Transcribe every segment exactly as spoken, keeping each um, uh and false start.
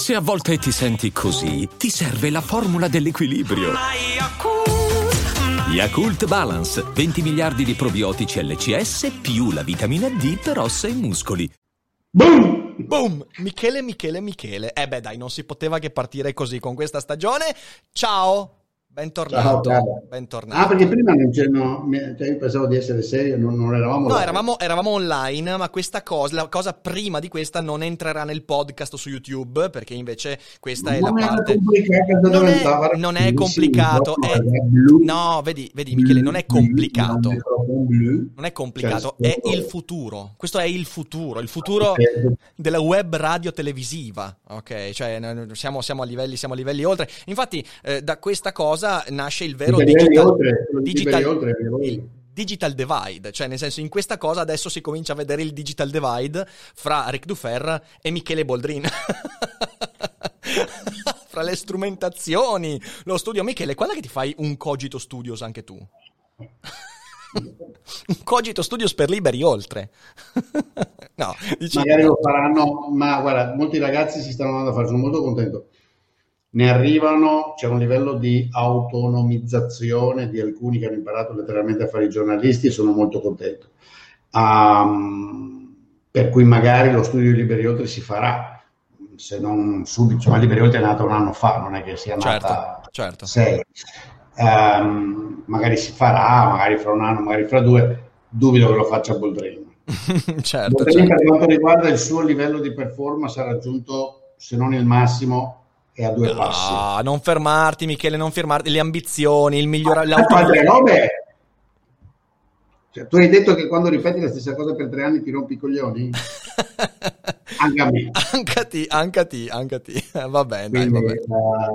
Se a volte ti senti così, ti serve la formula dell'equilibrio. Yakult Balance, venti miliardi di probiotici L C S più la vitamina D per ossa e muscoli. Boom! Boom! Michele, Michele, Michele. Eh beh dai, non si poteva che partire così con questa stagione. Ciao! Bentornato, Ciao, bentornato. Ah, perché prima non c'erano, cioè io pensavo di essere serio, non, non eravamo No, live. eravamo, eravamo online, ma questa cosa, la cosa prima di questa non entrerà nel podcast su YouTube, perché invece questa è non la è parte... complicato, Non è, stava... non è complicato, sì, è... blu, No, vedi, vedi Michele, non è complicato. blu, Non è complicato, cioè, è il futuro. Questo è il futuro, il futuro della web radio televisiva, ok? Cioè siamo, siamo, a, livelli, siamo a livelli oltre. Infatti eh, da questa cosa nasce il vero digital, oltre, digital, oltre, il digital divide, cioè nel senso in questa cosa adesso si comincia a vedere il digital divide fra Ric Dufer e Michele Boldrin. Fra le strumentazioni, lo studio. Michele, quando è che ti fai un Cogito Studios anche tu? Un Cogito Studios per liberi oltre. No, dici... magari lo faranno, ma guarda, molti ragazzi si stanno andando a fare, sono molto contento. Ne arrivano, c'è un livello di autonomizzazione di alcuni che hanno imparato letteralmente a fare i giornalisti e sono molto contento. Um, per cui magari lo studio di Liberi Oltre si farà, se non subito, ma Liberi Oltre è nata un anno fa, non è che sia nata certo, certo. sei. Um, magari si farà, magari fra un anno, magari fra due, dubito che lo faccia Boldrin. certo, Boldrin certo. Per quanto riguarda il suo livello di performance ha raggiunto, se non il massimo, e a due no, passi. Non fermarti Michele, non fermarti, le ambizioni, il migliorare altre robe. Cioè, tu hai detto che quando ripeti la stessa cosa per tre anni ti rompi i coglioni? Anche a me. Anche a te, anche a te, anche a te. Va bene, quindi, dai, va bene.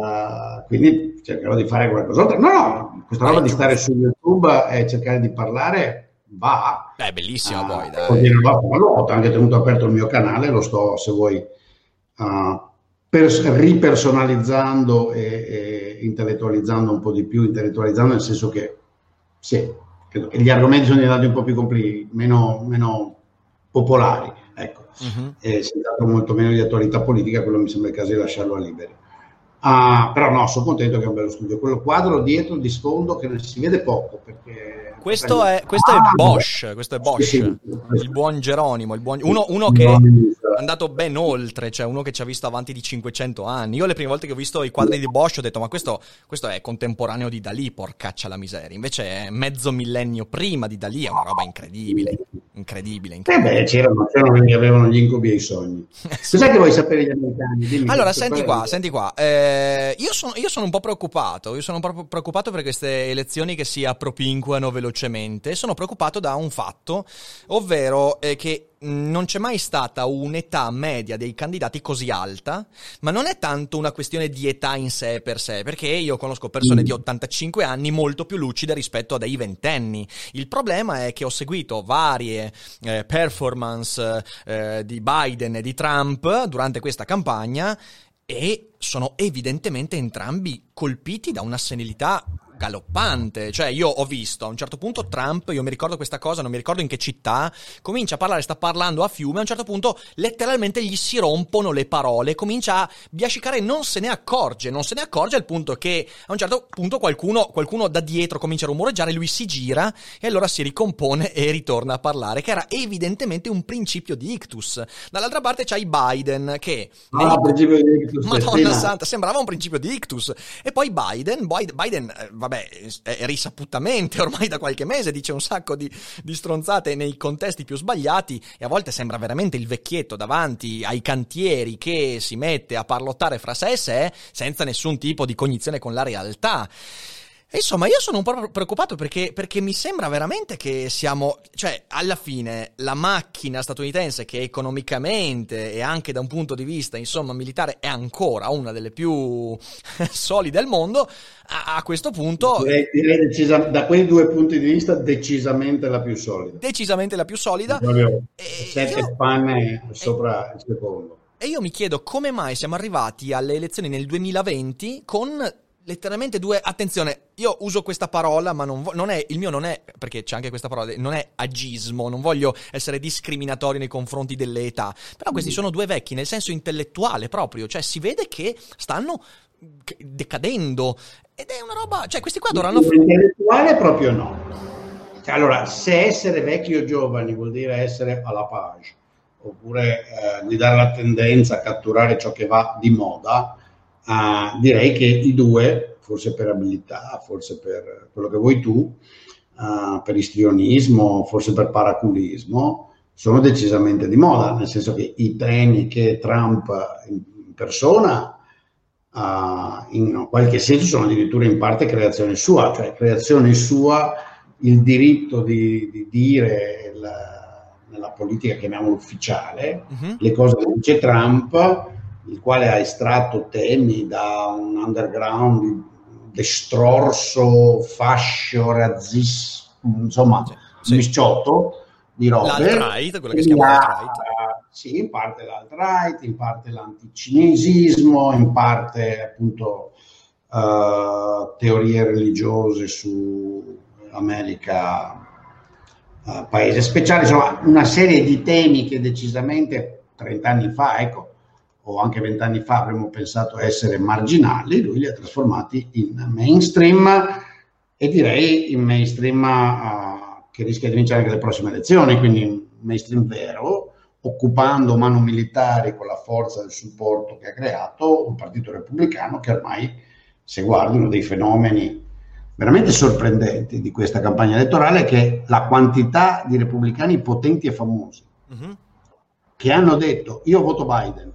Uh, quindi cercherò di fare qualcos'altro. No, no, questa roba di stare su YouTube e cercare di parlare va. È bellissima uh, poi, dai. Ho anche tenuto aperto il mio canale, lo sto, se vuoi, uh, pers- ripersonalizzando e, e intellettualizzando un po' di più, intellettualizzando nel senso che sì, credo che gli argomenti sono diventati un po' più complicati, meno, meno popolari, ecco. Uh-huh. E si è dato molto meno di attualità politica, quello mi sembra il caso di lasciarlo a liberi. Ah, però no, sono contento che è un bello studio. Quello quadro dietro di sfondo che si vede poco perché questo è, questo ah, è Bosch, questo è Bosch, sì, sì. il buon Geronimo, il buon... uno, uno che è andato ben oltre, cioè uno che ci ha visto avanti di cinquecento anni. Io le prime volte che ho visto i quadri di Bosch ho detto ma questo, questo è contemporaneo di Dalì, porcaccia la miseria. Invece è mezzo millennio prima di Dalì, è una roba incredibile, incredibile, incredibile. Eh beh, c'erano, c'erano che avevano gli incubi e i sogni. Sì. Cos'è che vuoi sapere gli americani? Dimmi, allora, senti qua, senti qua. Eh, io, sono, io sono un po' preoccupato. Io sono un po' preoccupato per queste elezioni che si appropinquano velocemente. Sono preoccupato da un fatto, ovvero eh, che non c'è mai stata un'età media dei candidati così alta, ma non è tanto una questione di età in sé per sé, perché io conosco persone mm. di ottantacinque anni molto più lucide rispetto a dei ventenni. Il problema è che ho seguito varie eh, performance eh, di Biden e di Trump durante questa campagna e sono evidentemente entrambi colpiti da una senilità galoppante. Cioè io ho visto a un certo punto Trump, io mi ricordo questa cosa, non mi ricordo in che città, comincia a parlare, sta parlando a fiume, a un certo punto letteralmente gli si rompono le parole, comincia a biascicare, non se ne accorge, non se ne accorge al punto che a un certo punto qualcuno, qualcuno da dietro comincia a rumoreggiare, lui si gira e allora si ricompone e ritorna a parlare, che era evidentemente un principio di ictus. Dall'altra parte c'hai Biden che ah, nei... principio di ictus, Madonna santa, sembrava un principio di ictus. E poi Biden, Biden, Biden eh, vabbè, è risaputamente ormai da qualche mese dice un sacco di, di stronzate nei contesti più sbagliati e a volte sembra veramente il vecchietto davanti ai cantieri che si mette a parlottare fra sé e sé senza nessun tipo di cognizione con la realtà. Insomma, io sono un po' preoccupato perché, perché mi sembra veramente che siamo, cioè, alla fine la macchina statunitense che economicamente e anche da un punto di vista, insomma, militare è ancora una delle più solide al mondo, a, a questo punto... Direi, direi decisa, da quei due punti di vista decisamente la più solida. Decisamente la più solida. Sette io... spanne sopra e... il secondo. E io mi chiedo come mai siamo arrivati alle elezioni nel duemilaventi con... letteralmente due, attenzione, io uso questa parola, ma non, vo- non è, il mio non è, perché c'è anche questa parola, non è agismo, non voglio essere discriminatorio nei confronti delle età, però questi sono due vecchi nel senso intellettuale proprio, cioè si vede che stanno decadendo, ed è una roba, cioè questi qua dovranno... Intellettuale proprio no. Cioè, allora, se essere vecchi o giovani vuol dire essere alla page, oppure eh, guidare la tendenza a catturare ciò che va di moda, Uh, direi che i due, forse per abilità, forse per quello che vuoi tu, uh, per istrionismo, forse per paraculismo, sono decisamente di moda, nel senso che i temi che Trump in persona, uh, in qualche senso, sono addirittura in parte creazione sua, cioè creazione sua il diritto di, di dire la, nella politica, chiamiamola ufficiale, uh-huh. le cose che dice Trump, il quale ha estratto temi da un underground destrorso, fascio, razzista, insomma, sì, sì. misciotto di robe. L'alt-right, quello che si chiama l'alt-right. Sì, in parte l'alt-right, in parte l'anticinesismo, in parte appunto uh, teorie religiose su America, uh, paese speciale, insomma una serie di temi che decisamente trent'anni fa, ecco, o anche vent'anni fa avremmo pensato essere marginali, lui li ha trasformati in mainstream, e direi in mainstream uh, che rischia di vincere anche le prossime elezioni, quindi mainstream vero, occupando mano militari con la forza del supporto che ha creato un partito repubblicano che ormai, se guardi, uno dei fenomeni veramente sorprendenti di questa campagna elettorale è che la quantità di repubblicani potenti e famosi uh-huh. che hanno detto io voto Biden,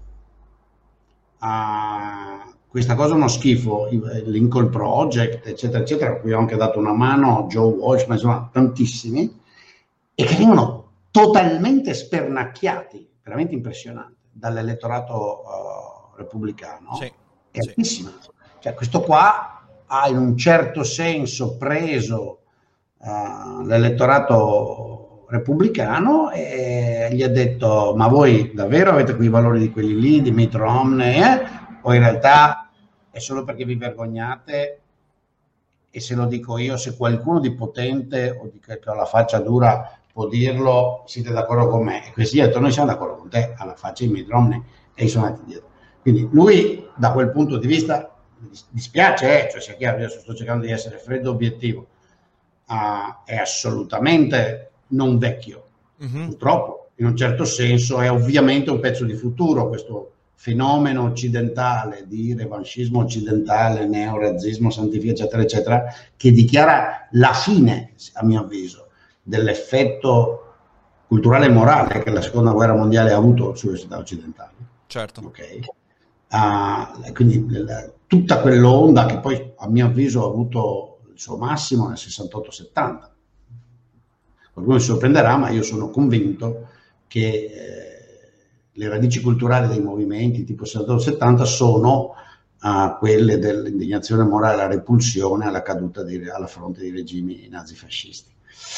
Uh, questa cosa è uno schifo, il Lincoln Project, eccetera, eccetera, a cui ho anche dato una mano, Joe Walsh, ma insomma tantissimi, e che vengono totalmente spernacchiati, veramente impressionante, dall'elettorato uh, repubblicano. Sì, è altissima. Sì. Cioè, questo qua ha in un certo senso preso uh, l'elettorato repubblicano e gli ha detto ma voi davvero avete quei valori di quelli lì, di Mitt Romney, eh? o in realtà è solo perché vi vergognate, e se lo dico io, se qualcuno di potente o di che ha la faccia dura può dirlo, siete d'accordo con me? E questi gli ha detto noi siamo d'accordo con te, alla faccia di Mitt Romney, e sono andati dietro. Quindi lui da quel punto di vista dispiace, eh? Cioè sia chiaro, io sto cercando di essere freddo obiettivo, uh, è assolutamente non vecchio, uh-huh. purtroppo, in un certo senso è ovviamente un pezzo di futuro questo fenomeno occidentale di revanchismo occidentale, neorazzismo, santifica, eccetera, eccetera, che dichiara la fine, a mio avviso, dell'effetto culturale e morale che la seconda guerra mondiale ha avuto sulle società occidentali. Certo. Okay. Uh, quindi la, tutta quell'onda che poi, a mio avviso, ha avuto il suo massimo nel sessantotto settanta. Qualcuno si sorprenderà, ma io sono convinto che eh, le radici culturali dei movimenti tipo sessantotto settanta sono uh, quelle dell'indignazione morale, alla repulsione, alla caduta di, alla fronte dei regimi nazifascisti.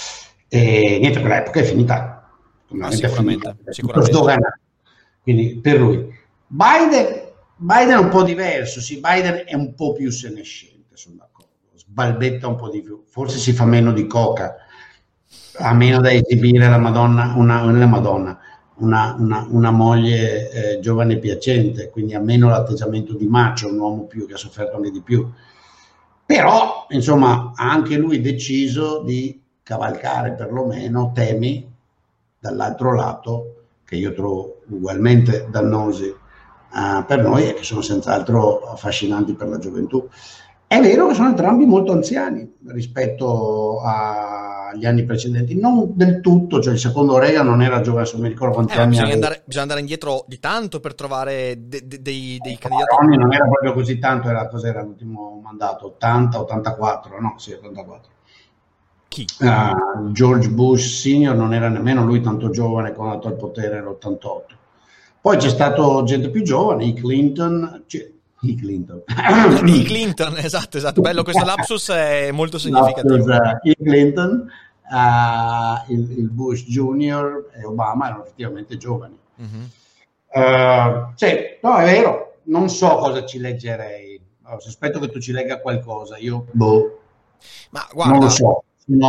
E niente, quell'epoca è finita. Ah, sicuramente. È finita, sicuramente. Quindi per lui. Biden, Biden è un po' diverso, sì, Biden è un po' più senescente, sono d'accordo, sbalbetta un po' di più, forse si fa meno di coca, ha meno da esibire la Madonna, una, una, Madonna, una, una, una moglie eh, giovane e piacente, quindi ha meno l'atteggiamento di macho, un uomo più che ha sofferto anche di più. Però, insomma, ha anche lui deciso di cavalcare perlomeno temi dall'altro lato che io trovo ugualmente dannosi uh, per noi e che sono senz'altro affascinanti per la gioventù. È vero che sono entrambi molto anziani rispetto agli anni precedenti, non del tutto, cioè il secondo Reagan non era giovane, se non mi ricordo quanti eh, anni bisogna aveva. andare, bisogna andare indietro di tanto per trovare de, de, dei, dei candidati. Ronnie non era proprio così tanto, era cos'era l'ultimo mandato? ottanta ottantaquattro, no? Sì, ottantaquattro. Chi? Uh, George Bush senior non era nemmeno lui tanto giovane quando è andato al potere nell'ottantotto. Poi c'è stato gente più giovane, i Clinton, cioè, i Clinton. I Clinton, esatto, esatto. Bello, questo lapsus è molto significativo. Lapsus, uh, I Clinton, uh, il, il Bush junior e Obama erano effettivamente giovani. Uh-huh. Uh, sì, no, è vero, non so cosa ci leggerei. sospetto che tu ci legga qualcosa, io boh, ma guarda, non lo so,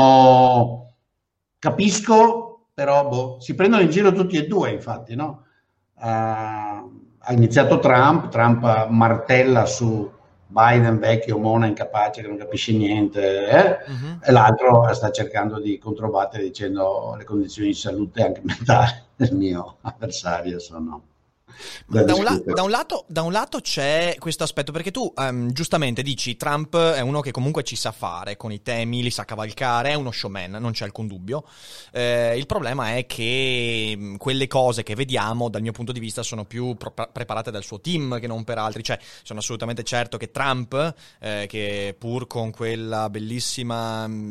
no, capisco, però boh, si prendono in giro tutti e due, infatti, no? Uh, ha iniziato Trump, Trump martella su Biden vecchio, mona, incapace, che non capisce niente, eh? Uh-huh. E l'altro sta cercando di controbattere dicendo le condizioni di salute anche mentale del mio avversario sono... Da, da, un la- da, un lato, da un lato c'è questo aspetto, perché tu um, giustamente dici Trump è uno che comunque ci sa fare con i temi, li sa cavalcare, è uno showman, non c'è alcun dubbio. Eh, il problema è che mh, quelle cose che vediamo dal mio punto di vista sono più pro- preparate dal suo team che non per altri, cioè sono assolutamente certo che Trump, eh, che pur con quella bellissima mh,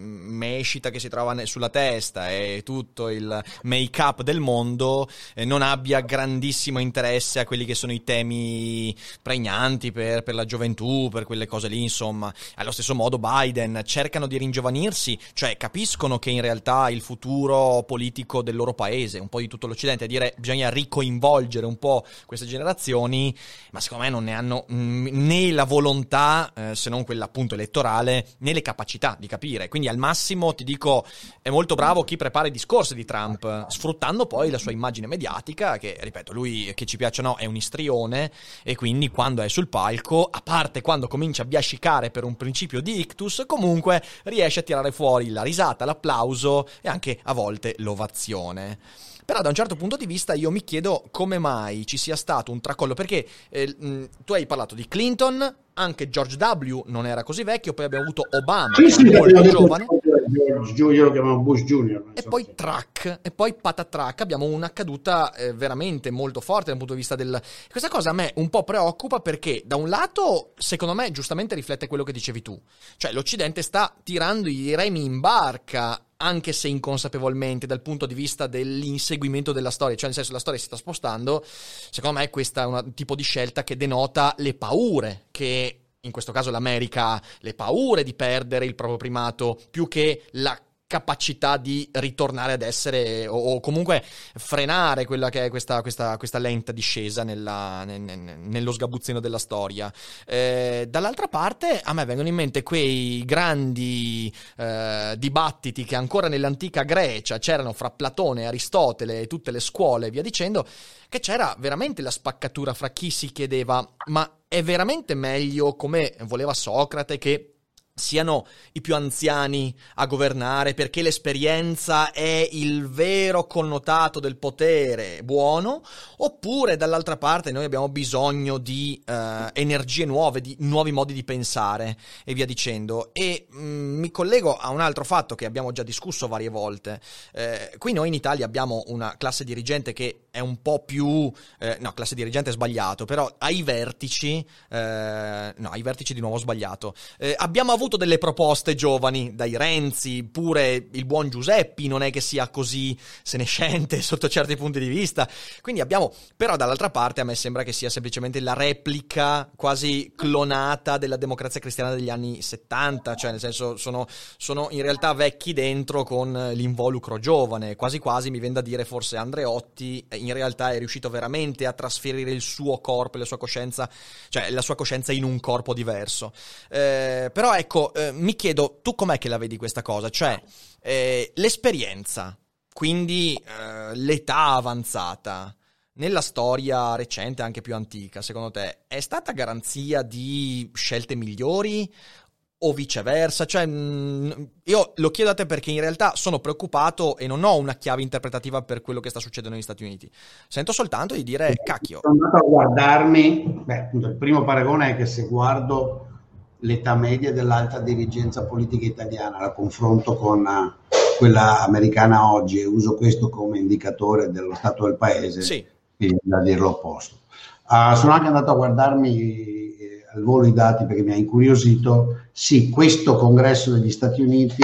mescita che si trova ne- sulla testa e tutto il make-up del mondo, eh, non abbia grandissimo interesse a quelli che sono i temi pregnanti per, per la gioventù, per quelle cose lì, insomma. Allo stesso modo Biden cercano di ringiovanirsi, cioè capiscono che in realtà il futuro politico del loro paese, un po' di tutto l'Occidente, è dire bisogna ricoinvolgere un po' queste generazioni, ma secondo me non ne hanno mh, né la volontà, eh, se non quella appunto elettorale, né le capacità di capire. Quindi al massimo ti dico è molto bravo chi prepara i discorsi di Trump, sfruttando poi la sua immagine mediatica, che ripeto, lui che ci piaccia o no è un istrione, e quindi quando è sul palco, a parte quando comincia a biascicare per un principio di ictus, comunque riesce a tirare fuori la risata, l'applauso e anche a volte l'ovazione. Però da un certo punto di vista io mi chiedo come mai ci sia stato un tracollo, perché eh, mh, tu hai parlato di Clinton, anche George W. non era così vecchio, poi abbiamo avuto Obama, sì, che sì, era molto giovane. George, io lo chiamavo Bush Junior E poi so. track, e poi patatrack, abbiamo una caduta eh, veramente molto forte dal punto di vista del... Questa cosa a me un po' preoccupa, perché da un lato, secondo me, giustamente riflette quello che dicevi tu. Cioè l'Occidente sta tirando i remi in barca, anche se inconsapevolmente, dal punto di vista dell'inseguimento della storia, cioè nel senso la storia si sta spostando. Secondo me questa è un tipo di scelta che denota le paure che, in questo caso l'America, le paure di perdere il proprio primato, più che la capacità di ritornare ad essere, o, o comunque frenare quella che è questa, questa, questa lenta discesa nella, ne, ne, nello sgabuzzino della storia. Eh, dall'altra parte a me vengono in mente quei grandi eh, dibattiti che ancora nell'antica Grecia c'erano fra Platone, Aristotele e tutte le scuole e via dicendo, che c'era veramente la spaccatura fra chi si chiedeva ma è veramente meglio, come voleva Socrate, che siano i più anziani a governare perché l'esperienza è il vero connotato del potere buono, oppure dall'altra parte noi abbiamo bisogno di uh, energie nuove, di nuovi modi di pensare e via dicendo. E mh, mi collego a un altro fatto che abbiamo già discusso varie volte. Eh, qui noi in Italia abbiamo una classe dirigente che è un po' più eh, no, classe dirigente è sbagliato, però ai vertici eh, no, ai vertici di nuovo sbagliato. Eh, abbiamo avuto delle proposte giovani, dai Renzi, pure il buon Giuseppi non è che sia così senescente sotto certi punti di vista, quindi abbiamo, però dall'altra parte a me sembra che sia semplicemente la replica quasi clonata della Democrazia Cristiana degli anni settanta, cioè nel senso sono, sono in realtà vecchi dentro con l'involucro giovane, quasi quasi mi viene da dire forse Andreotti in realtà è riuscito veramente a trasferire il suo corpo e la sua coscienza, cioè la sua coscienza in un corpo diverso. Eh, però ecco, eh, mi chiedo, tu com'è che la vedi questa cosa? Cioè, eh, l'esperienza, quindi eh, l'età avanzata, nella storia recente, anche più antica, secondo te, è stata garanzia di scelte migliori o viceversa? Cioè, mh, io lo chiedo a te perché in realtà sono preoccupato e non ho una chiave interpretativa per quello che sta succedendo negli Stati Uniti. Sento soltanto di dire, cacchio. Sono andato a guardarmi, beh, appunto, il primo paragone è che se guardo l'età media dell'alta dirigenza politica italiana, la confronto con uh, quella americana oggi e uso questo come indicatore dello stato del paese, sì, da dire l'opposto. Uh, sono anche andato a guardarmi al volo i dati perché mi ha incuriosito. Sì, questo congresso degli Stati Uniti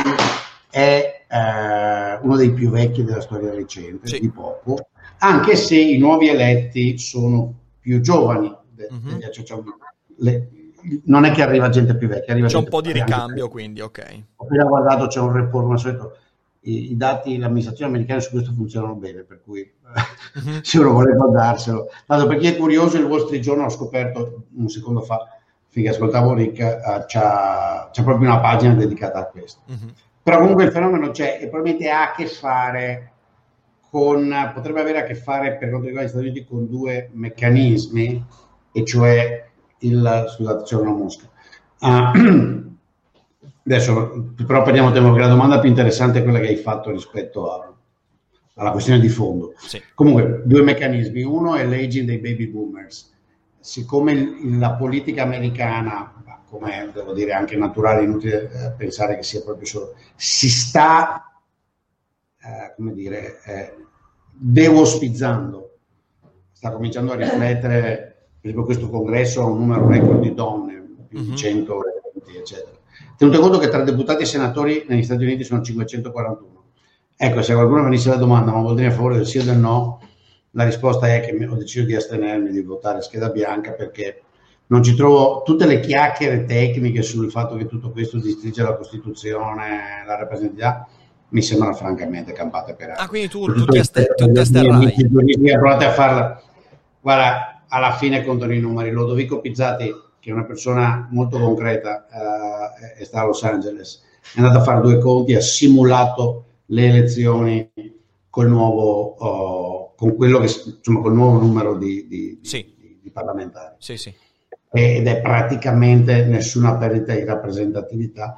è eh, uno dei più vecchi della storia recente, sì, di poco, anche se i nuovi eletti sono più giovani de- mm-hmm. degli associati. Le, non è che arriva gente più vecchia, arriva c'è gente un po' di ricambio, più. quindi ok. Ho appena guardato, c'è un report, ma solito i, i dati, l'amministrazione americana su questo funzionano bene, per cui mm-hmm. se uno voleva darselo. Tanto per chi è curioso, il Wall Street Journal, ho scoperto un secondo fa, finché ascoltavo Rick, uh, c'ha, c'ha proprio una pagina dedicata a questo. Mm-hmm. Però comunque il fenomeno c'è e probabilmente ha a che fare con, potrebbe avere a che fare per quanto riguarda gli Stati Uniti con due meccanismi, e cioè il, scusate, c'è una mosca. Uh, adesso però parliamo del tema, la domanda più interessante è quella che hai fatto rispetto a, alla questione di fondo. Sì. Comunque, due meccanismi. Uno è l'aging dei baby boomers. Siccome il, la politica americana, come devo dire anche naturale, inutile eh, pensare che sia proprio solo, si sta, eh, come dire, eh, deospizzando, sta cominciando a riflettere, per esempio questo congresso ha un numero record di donne, più di centoventi, eccetera. Tenuto conto che tra deputati e senatori negli Stati Uniti sono cinquecentoquarantuno. Ecco, se qualcuno venisse la domanda, ma vuol dire a favore del sì o del no, la risposta è che ho deciso di astenermi, di votare scheda bianca, perché non ci trovo tutte le chiacchiere tecniche sul fatto che tutto questo distrugge la Costituzione, la rappresentatività, mi sembrano francamente campate per aria. Ah, quindi tu, tu ti asterrai? Provate a farla. Guarda, alla fine contano i numeri. Lodovico Pizzati, che è una persona molto concreta, uh, sta a Los Angeles, è andato a fare due conti, ha simulato le elezioni col nuovo, uh, con quello che, insomma, col nuovo numero di, di, sì. di, di parlamentari. Sì, sì. Ed è praticamente nessuna perdita di rappresentatività,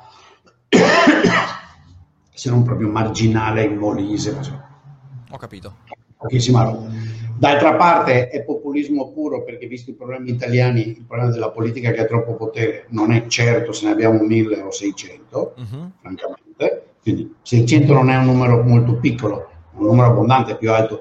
se non proprio marginale in Molise. Ho capito. Pochissima roba. D'altra parte è populismo puro, perché visto i problemi italiani, il problema della politica che ha troppo potere non è certo se ne abbiamo mille o seicento, uh-huh. francamente. Quindi seicento non è un numero molto piccolo, è un numero abbondante, più alto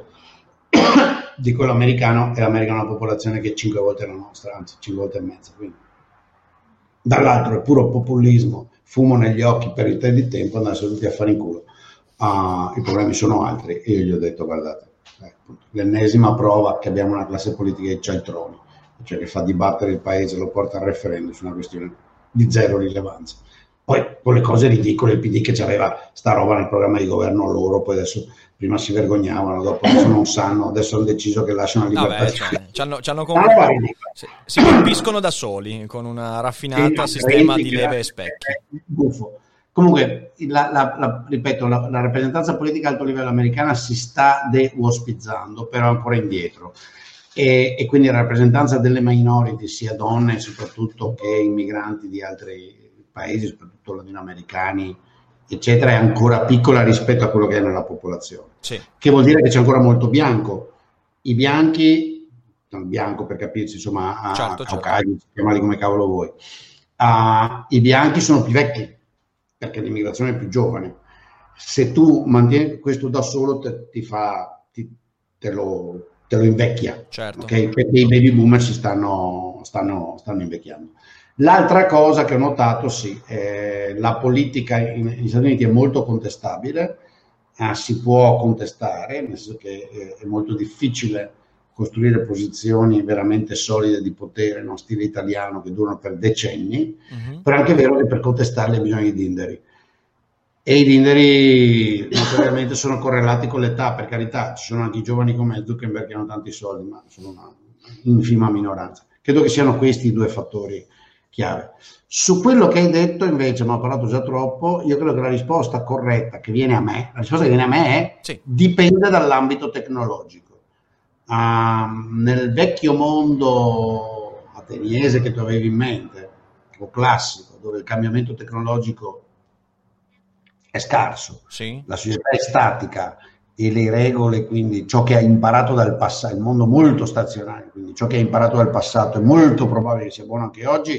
di quello americano, e l'America è una popolazione che è cinque volte la nostra, anzi cinque volte e mezza. Quindi dall'altro è puro populismo, fumo negli occhi per il di tempo, andare tutti a fare in culo. Uh, i problemi sono altri, e io gli ho detto, guardate, eh, l'ennesima prova che abbiamo una classe politica che cialtroni, cioè che fa dibattere il paese, lo porta al referendum su una questione di zero rilevanza. Poi con le cose ridicole, il P D che c'aveva sta roba nel programma di governo loro, poi adesso prima si vergognavano, dopo adesso non sanno, adesso hanno deciso che lasciano la libertà. Vabbè, cioè, c'hanno, c'hanno comunque, si, si colpiscono da soli con una raffinata sì, sistema di leve e specchi. Buffo. Comunque, la, la, la, ripeto, la, la rappresentanza politica a alto livello americana si sta de-uospizzando, però ancora indietro. E, e quindi la rappresentanza delle minority, sia donne soprattutto che immigranti di altri paesi, soprattutto latinoamericani, eccetera, è ancora piccola rispetto a quello che è nella popolazione. Sì. Che vuol dire che c'è ancora molto bianco. I bianchi, non bianco per capirsi, insomma, a, certo, a certo. Caucasi, chiamali come cavolo vuoi. Uh, I bianchi sono più vecchi, perché l'immigrazione è più giovane. Se tu mantieni questo da solo, te, ti fa, ti, te, lo, te lo invecchia. Certo. Okay? Perché i baby boomer si stanno, stanno, stanno invecchiando. L'altra cosa che ho notato, sì, eh, la politica in, negli Stati Uniti è molto contestabile, eh, si può contestare, nel senso che eh, è molto difficile costruire posizioni veramente solide di potere, non stile italiano, che durano per decenni, uh-huh. però è anche vero che per contestarli bisogna i dinderi. E i dinderi naturalmente sono correlati con l'età, per carità, ci sono anche i giovani come Zuckerberg che hanno tanti soldi, ma sono una infima minoranza. Credo che siano questi i due fattori chiave. Su quello che hai detto invece, ma ho parlato già troppo, io credo che la risposta corretta che viene a me, la risposta che viene a me è sì. dipende dall'ambito tecnologico. Uh, nel vecchio mondo ateniese che tu avevi in mente, o classico, dove il cambiamento tecnologico è scarso, sì. la società è statica e le regole, quindi ciò che ha imparato dal passato, il mondo molto stazionario, quindi ciò che ha imparato dal passato è molto probabile che sia buono anche oggi.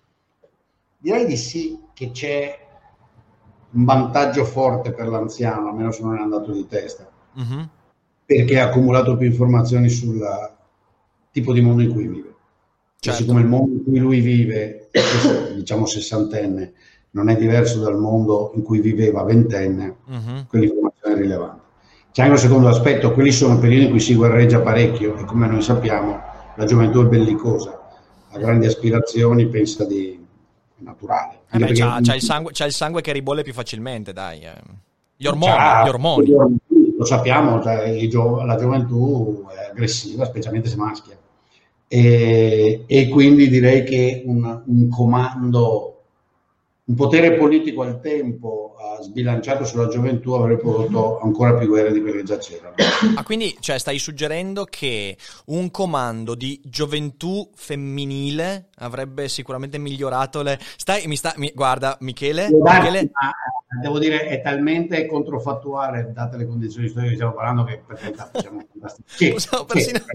Direi di sì, che c'è un vantaggio forte per l'anziano, almeno se non è andato di testa, uh-huh. perché ha accumulato più informazioni sul tipo di mondo in cui vive. Certo. Siccome il mondo in cui lui vive, diciamo sessantenne, non è diverso dal mondo in cui viveva ventenne, uh-huh. quell'informazione è rilevante. C'è anche un secondo aspetto, quelli sono periodi in cui si guerreggia parecchio e come noi sappiamo la gioventù è bellicosa, ha grandi aspirazioni, pensa di naturale. Eh beh, c'ha, c'ha, il sangue, c'ha il sangue che ribolle più facilmente, dai. Gli ormoni, gli ormoni. Gli ormoni. Lo sappiamo, cioè, gio- la gioventù è aggressiva, specialmente se maschia. e, e quindi direi che un, un comando, un potere politico al tempo uh, sbilanciato sulla gioventù avrebbe prodotto ancora più guerre di quelle che già c'erano. Ah, quindi cioè, stai suggerendo che un comando di gioventù femminile avrebbe sicuramente migliorato le... Stai, mi sta... Mi... Guarda, Michele... Michele... Ma, devo dire, è talmente controfattuale, date le condizioni storiche che stiamo parlando, che per carità facciamo sì, Possiamo sì. persino...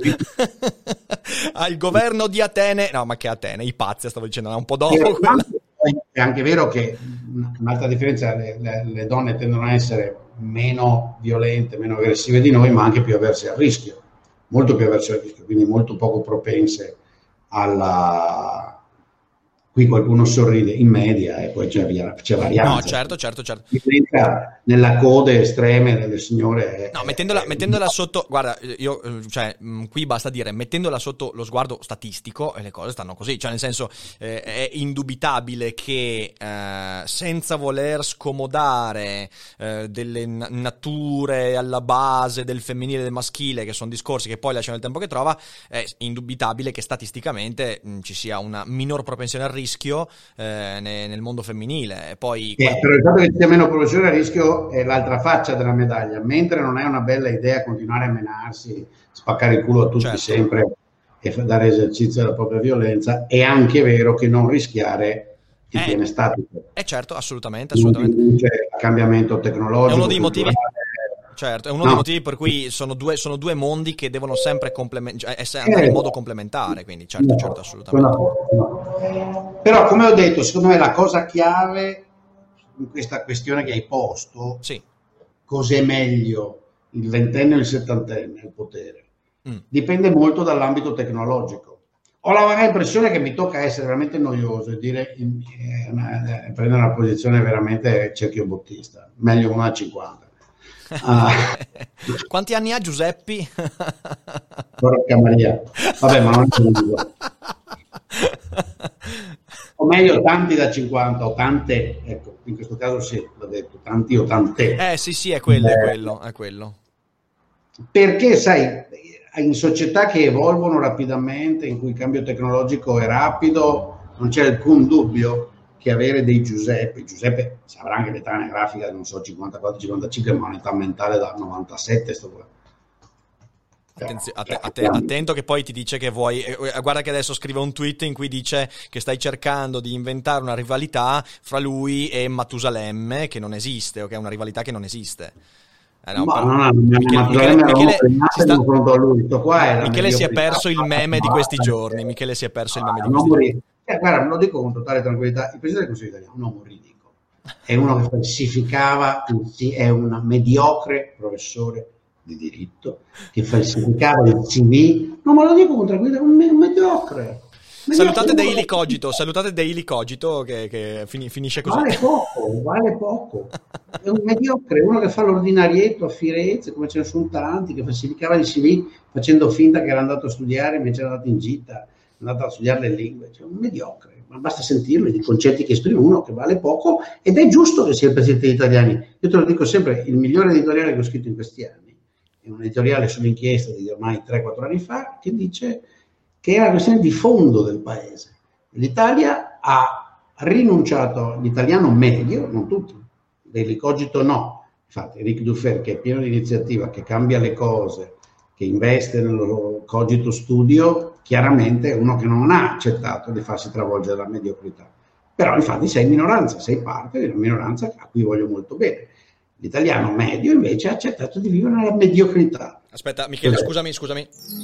Al governo di Atene... No, ma che Atene? I pazzi, stavo dicendo, è un po' dopo quella... È anche vero che un'altra differenza, le, le, le donne tendono a essere meno violente, meno aggressive di noi, ma anche più avverse al rischio, molto più avverse al rischio, quindi molto poco propense alla... Qui qualcuno sorride in media e poi c'è, via, c'è varianza. No, certo, certo, certo. Nella code estreme delle signore. È, no, mettendola, è, mettendola sotto, guarda, io, cioè, qui basta dire, mettendola sotto lo sguardo statistico, e le cose stanno così, cioè nel senso, eh, è indubitabile che eh, senza voler scomodare eh, delle nature alla base del femminile e del maschile, che sono discorsi che poi lasciano il tempo che trova, è indubitabile che statisticamente mh, ci sia una minor propensione al rischio eh, nel mondo femminile. Poi eh, però il fatto che ci sia meno propensione al rischio è l'altra faccia della medaglia, mentre non è una bella idea continuare a menarsi, spaccare il culo a tutti, certo, sempre, e dare esercizio alla propria violenza, è anche vero che non rischiare il piene statico. Eh certo, assolutamente, assolutamente. Il cambiamento tecnologico. È uno dei motivi... culturale. Certo, è uno no. dei motivi per cui sono due, sono due mondi che devono sempre complement- cioè essere andare in modo complementare, quindi certo, no, certo, assolutamente. No. Però, come ho detto, secondo me la cosa chiave in questa questione che hai posto, sì, cos'è meglio, il ventenne o il settantenne al potere, mm. dipende molto dall'ambito tecnologico. Ho la vaga impressione che mi tocca essere veramente noioso e dire, eh, eh, prendere una posizione veramente cerchiobottista, meglio uno a cinquanta. Ah. Quanti anni ha Giuseppi? Porca Maria. Vabbè, ma non è uguale. O meglio, tanti da cinquanta o tante, ecco, in questo caso sì, l'ho detto, tanti o tante. Eh sì, sì, è quello, eh, è quello, è quello. Perché, sai, in società che evolvono rapidamente, in cui il cambio tecnologico è rapido, non c'è alcun dubbio che avere dei Giuseppe, Giuseppe avrà anche l'età anagrafica, non so, cinquantaquattro cinquantacinque, ma un'età mentale da novantasette, sto qua. Attenzio, att- att- attento che poi ti dice che vuoi, eh, guarda che adesso scrive un tweet in cui dice che stai cercando di inventare una rivalità fra lui e Matusalemme che non esiste, o che è una rivalità che non esiste. Eh no, ma però, no, no, Michele, Michele, Michele, si sta... lui. Qua è Michele si è perso il meme di questi giorni. Michele si è perso il meme di questi giorni. Eh, guarda, me lo dico con totale tranquillità, il Presidente del Consiglio italiano è un uomo ridicolo, è uno che falsificava, è un mediocre professore di diritto che falsificava il C V, no, ma lo dico con tranquillità, un, me- un mediocre. Salutate Daily Cogito, salutate Daily Cogito che, che fin- finisce così. Vale poco, vale poco. È un mediocre, uno che fa l'ordinarietto a Firenze, come ce ne sono tanti, che falsificava il C V facendo finta che era andato a studiare, invece era andato in gita, è andato a studiare le lingue. Cioè, un mediocre, ma basta sentirlo, i concetti che esprime uno che vale poco, ed è giusto che sia il Presidente degli italiani. Io te lo dico sempre, il migliore editoriale che ho scritto in questi anni è un editoriale sull'inchiesta di ormai tre quattro anni fa, che dice che è una questione di fondo del paese. L'Italia ha rinunciato, l'italiano medio, non tutti, Daily Cogito no, infatti Eric Dufer, che è pieno di iniziativa, che cambia le cose, che investe nello Cogito Studio, chiaramente è uno che non ha accettato di farsi travolgere dalla mediocrità. Però infatti sei minoranza, sei parte di una minoranza a cui voglio molto bene. L'italiano medio invece ha accettato di vivere nella mediocrità. Aspetta, Michele, Cos'è? scusami, scusami.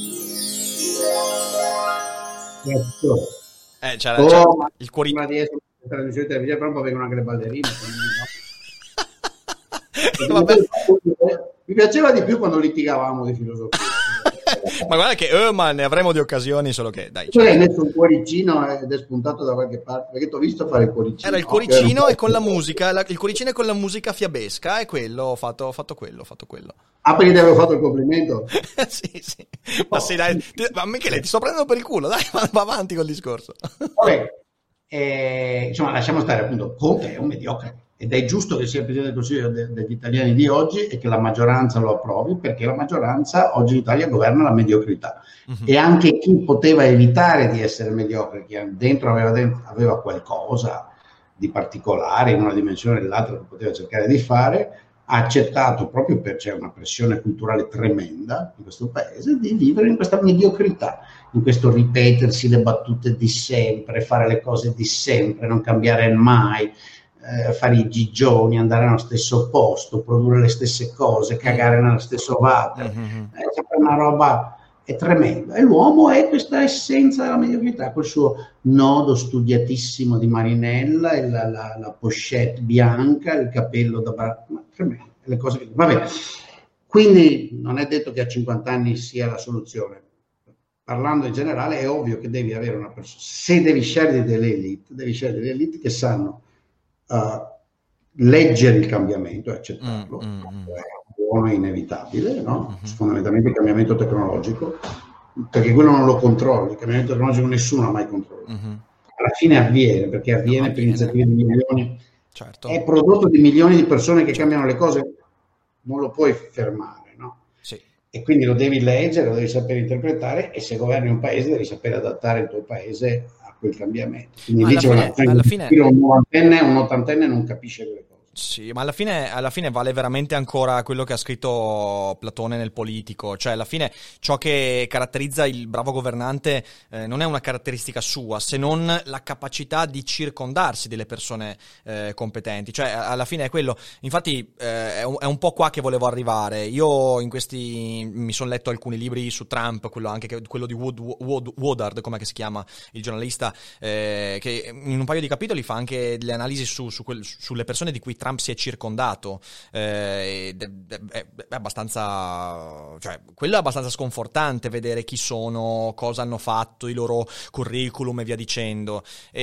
Eh, c'era, oh, c'era il cuoricino. Ma dietro la trasmissione televisiva proprio vengono anche le ballerine. Mi piaceva di più quando litigavamo di filosofia. Ma guarda che oh, ma ne avremo di occasioni, solo che dai. Tu hai messo un cuoricino ed è spuntato da qualche parte, perché ti ho visto fare il cuoricino. Era il cuoricino no? e con la musica, la, il cuoricino e con la musica fiabesca, e quello ho fatto, ho fatto quello, ho fatto quello. Ah, perché ti avevo fatto il complimento? sì, sì. Ma oh. sì, dai, ti, ma Michele, ti sto prendendo per il culo, dai, va avanti col discorso. Vabbè, eh, insomma, lasciamo stare appunto, Conte è un mediocre. ed è giusto che sia il Presidente del Consiglio de- degli italiani di oggi e che la maggioranza lo approvi, perché la maggioranza oggi in Italia governa la mediocrità. Uh-huh. E anche chi poteva evitare di essere mediocre, chi dentro aveva, dentro, aveva qualcosa di particolare in una dimensione o nell'altra che poteva cercare di fare, ha accettato, proprio perché c'è una pressione culturale tremenda in questo paese, di vivere in questa mediocrità, in questo ripetersi le battute di sempre, fare le cose di sempre, non cambiare mai, eh, fare i gigioni, andare nello stesso posto, produrre le stesse cose, cagare nello stesso water. Mm-hmm. È sempre una roba, è tremenda. E l'uomo è questa essenza della mediocrità, quel suo nodo studiatissimo di Marinella, e la, la, la pochette bianca, il capello da bar... ma tremendo, le cose che... Vabbè. Quindi non è detto che a cinquanta anni sia la soluzione. Parlando in generale, è ovvio che devi avere una persona, se devi scegliere delle elite, devi scegliere delle elite che sanno uh, leggere il cambiamento e accettarlo, mm, mm, è buono e inevitabile, no? Mm-hmm. Fondamentalmente il cambiamento tecnologico, perché quello non lo controlli, il cambiamento tecnologico nessuno ha mai controllato. Mm-hmm. Alla fine avviene, perché avviene, no, per iniziative di milioni, certo. È prodotto di milioni di persone che certo. cambiano le cose, non lo puoi fermare, no? Sì. E quindi lo devi leggere, lo devi sapere interpretare, e se governi un paese devi sapere adattare il tuo paese a quel cambiamento. Quindi alla fine, una, alla fine... un novantenne, un ottantenne non capisce quelle cose. Sì, ma alla fine, alla fine vale veramente ancora quello che ha scritto Platone nel Politico, cioè alla fine ciò che caratterizza il bravo governante eh, non è una caratteristica sua, se non la capacità di circondarsi delle persone eh, competenti, cioè alla fine è quello. Infatti eh, è, un, è un po' qua che volevo arrivare. Io in questi mi sono letto alcuni libri su Trump, quello anche che, quello di Wood, Wood, Woodard, come si chiama il giornalista, eh, che in un paio di capitoli fa anche delle analisi su, su quel, sulle persone di cui Trump si è circondato, eh, è, è abbastanza, cioè quello è abbastanza sconfortante, vedere chi sono, cosa hanno fatto, i loro curriculum e via dicendo.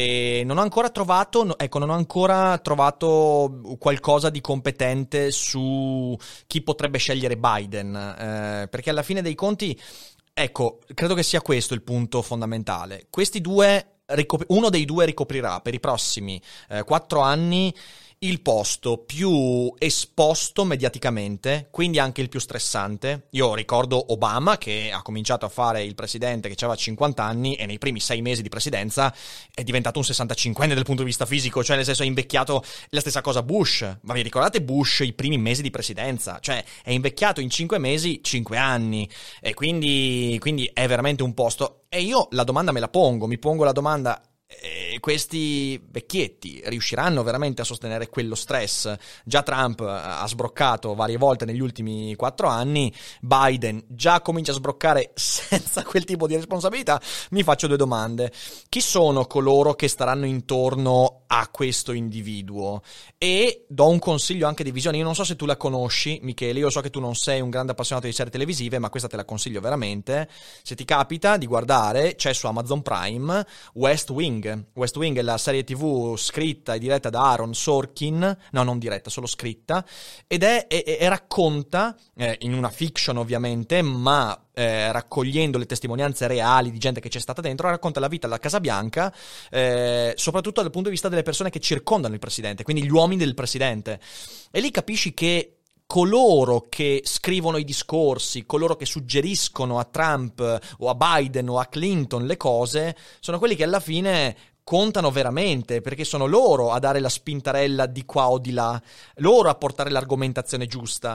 E non ho ancora trovato, ecco, non ho ancora trovato qualcosa di competente su chi potrebbe scegliere Biden, eh, perché alla fine dei conti, ecco, credo che sia questo il punto fondamentale. Questi due, uno dei due ricoprirà per i prossimi eh, quattro anni il posto più esposto mediaticamente, quindi anche il più stressante. Io ricordo Obama, che ha cominciato a fare il presidente che aveva cinquanta anni, e nei primi sei mesi di presidenza è diventato un sessantacinquenne dal punto di vista fisico, cioè nel senso è invecchiato. La stessa cosa Bush, ma vi ricordate Bush i primi mesi di presidenza? Cioè è invecchiato in cinque mesi, cinque anni, e quindi, quindi è veramente un posto. E io la domanda me la pongo, mi pongo la domanda: E questi vecchietti riusciranno veramente a sostenere quello stress? Già Trump ha sbroccato varie volte negli ultimi quattro anni, Biden già comincia a sbroccare senza quel tipo di responsabilità. Mi faccio due domande: chi sono coloro che staranno intorno a questo individuo? E do un consiglio anche di visione. Io non so se tu la conosci, Michele, io so che tu non sei un grande appassionato di serie televisive, ma questa te la consiglio veramente. Se ti capita di guardare, c'è su Amazon Prime West Wing. West Wing è la serie tv scritta e diretta da Aaron Sorkin, no, non diretta, solo scritta, ed è, e, e racconta, eh, in una fiction ovviamente, ma eh, raccogliendo le testimonianze reali di gente che c'è stata dentro, racconta la vita alla Casa Bianca, eh, soprattutto dal punto di vista delle persone che circondano il presidente, quindi gli uomini del presidente. E lì capisci che coloro che scrivono i discorsi, coloro che suggeriscono a Trump o a Biden o a Clinton le cose, sono quelli che alla fine contano veramente, perché sono loro a dare la spintarella di qua o di là, loro a portare l'argomentazione giusta,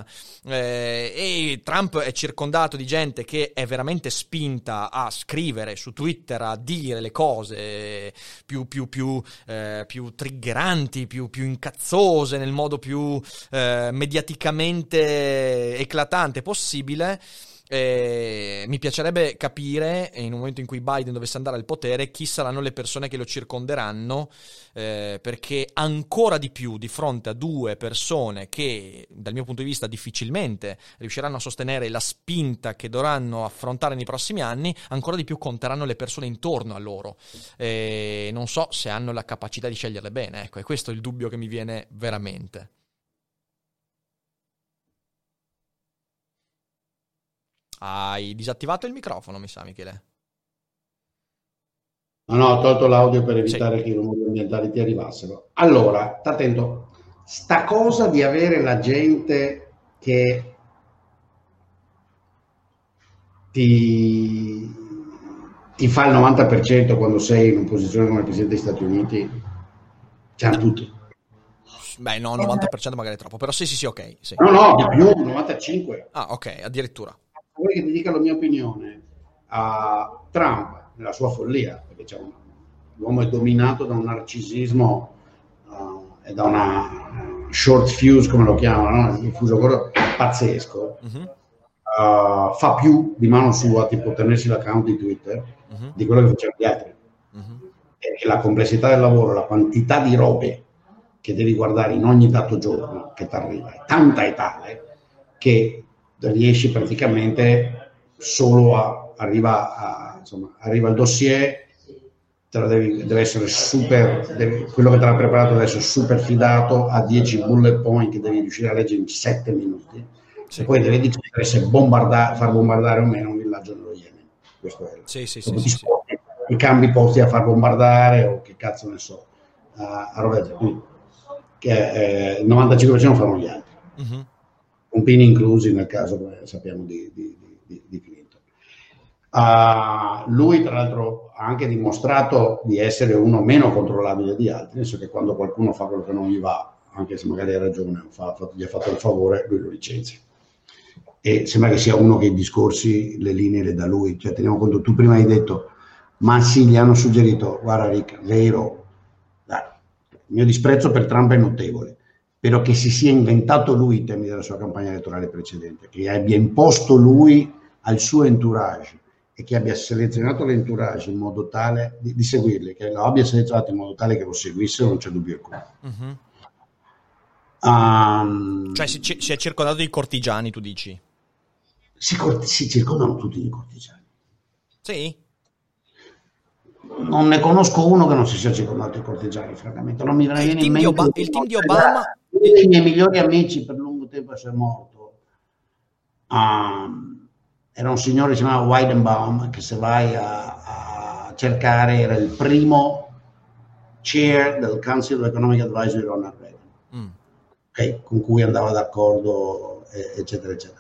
eh, e Trump è circondato di gente che è veramente spinta a scrivere su Twitter, a dire le cose più, più, più, eh, più triggeranti, più, più incazzose, nel modo più eh, mediaticamente eclatante possibile. Eh, mi piacerebbe capire, in un momento in cui Biden dovesse andare al potere, chi saranno le persone che lo circonderanno, eh, perché ancora di più di fronte a due persone che dal mio punto di vista difficilmente riusciranno a sostenere la spinta che dovranno affrontare nei prossimi anni, ancora di più conteranno le persone intorno a loro. Eh, non so se hanno la capacità di sceglierle bene, ecco, e questo è il dubbio che mi viene veramente. Hai disattivato il microfono, mi sa, Michele. No, no, ho tolto l'audio per evitare sì. che i rumori ambientali ti arrivassero. Allora, sta attento, sta cosa di avere la gente che ti, ti fa il novanta per cento quando sei in una posizione come il Presidente degli Stati Uniti, ce l'hanno tutti. Beh, no, novanta per cento magari è troppo, però sì, sì, sì, ok. Sì. No, no, di più, novantacinque. Ah, ok, addirittura. Vuoi che ti dica la mia opinione? A Trump, nella sua follia, perché c'è un, l'uomo è dominato da un narcisismo uh, e da una uh, short fuse, come lo chiamano, no? Un fuso corto pazzesco. Uh-huh. Uh, fa più di mano sua, tipo tenersi l'account di Twitter, uh-huh, di quello che facevano gli altri. Uh-huh. E la complessità del lavoro, la quantità di robe che devi guardare in ogni dato giorno che ti arriva è tanta e tale che riesci praticamente solo a arriva a insomma arriva il dossier, te lo devi, deve essere super, devi, quello che te l'ha preparato deve essere super fidato, a dieci bullet point che devi riuscire a leggere in sette minuti, sì, e poi devi decidere se bombardare, far bombardare o meno un villaggio nello Yemen. Questo è sì, sì, sì, sì, sì. I cambi posti a far bombardare o che cazzo ne so, uh, a roba che eh, il novantacinque per cento fanno gli altri, uh-huh, compini inclusi nel caso, come sappiamo, di, di, di, di Clinton. Uh, lui tra l'altro ha anche dimostrato di essere uno meno controllabile di altri, nel senso che quando qualcuno fa quello che non gli va, anche se magari ha ragione, fa, fa, gli ha fatto il favore, lui lo licenzia. E sembra che sia uno che i discorsi, le linee le dà lui. Cioè, teniamo conto, tu prima hai detto, ma sì, gli hanno suggerito, guarda Rick, vero, dai, il mio disprezzo per Trump è notevole, però che si sia inventato lui i temi della sua campagna elettorale precedente, che abbia imposto lui al suo entourage e che abbia selezionato l'entourage in modo tale di, di seguirli, che lo abbia selezionato in modo tale che lo seguissero, non c'è dubbio alcuno. Uh-huh. Um, cioè si, si è circondato di cortigiani, tu dici? Si, si circondano tutti di cortigiani. Sì? Non ne conosco uno che non si sia circondato di cortigiani, francamente. Non mi viene in mente. Oba- il team di Obama. Uno dei miei migliori amici per lungo tempo è morto. Um, era un signore che si chiamava Weidenbaum, che se vai a, a cercare era il primo chair del Council of Economic Advisory di Ronald Reagan, mm. okay, con cui andava d'accordo, eccetera, eccetera.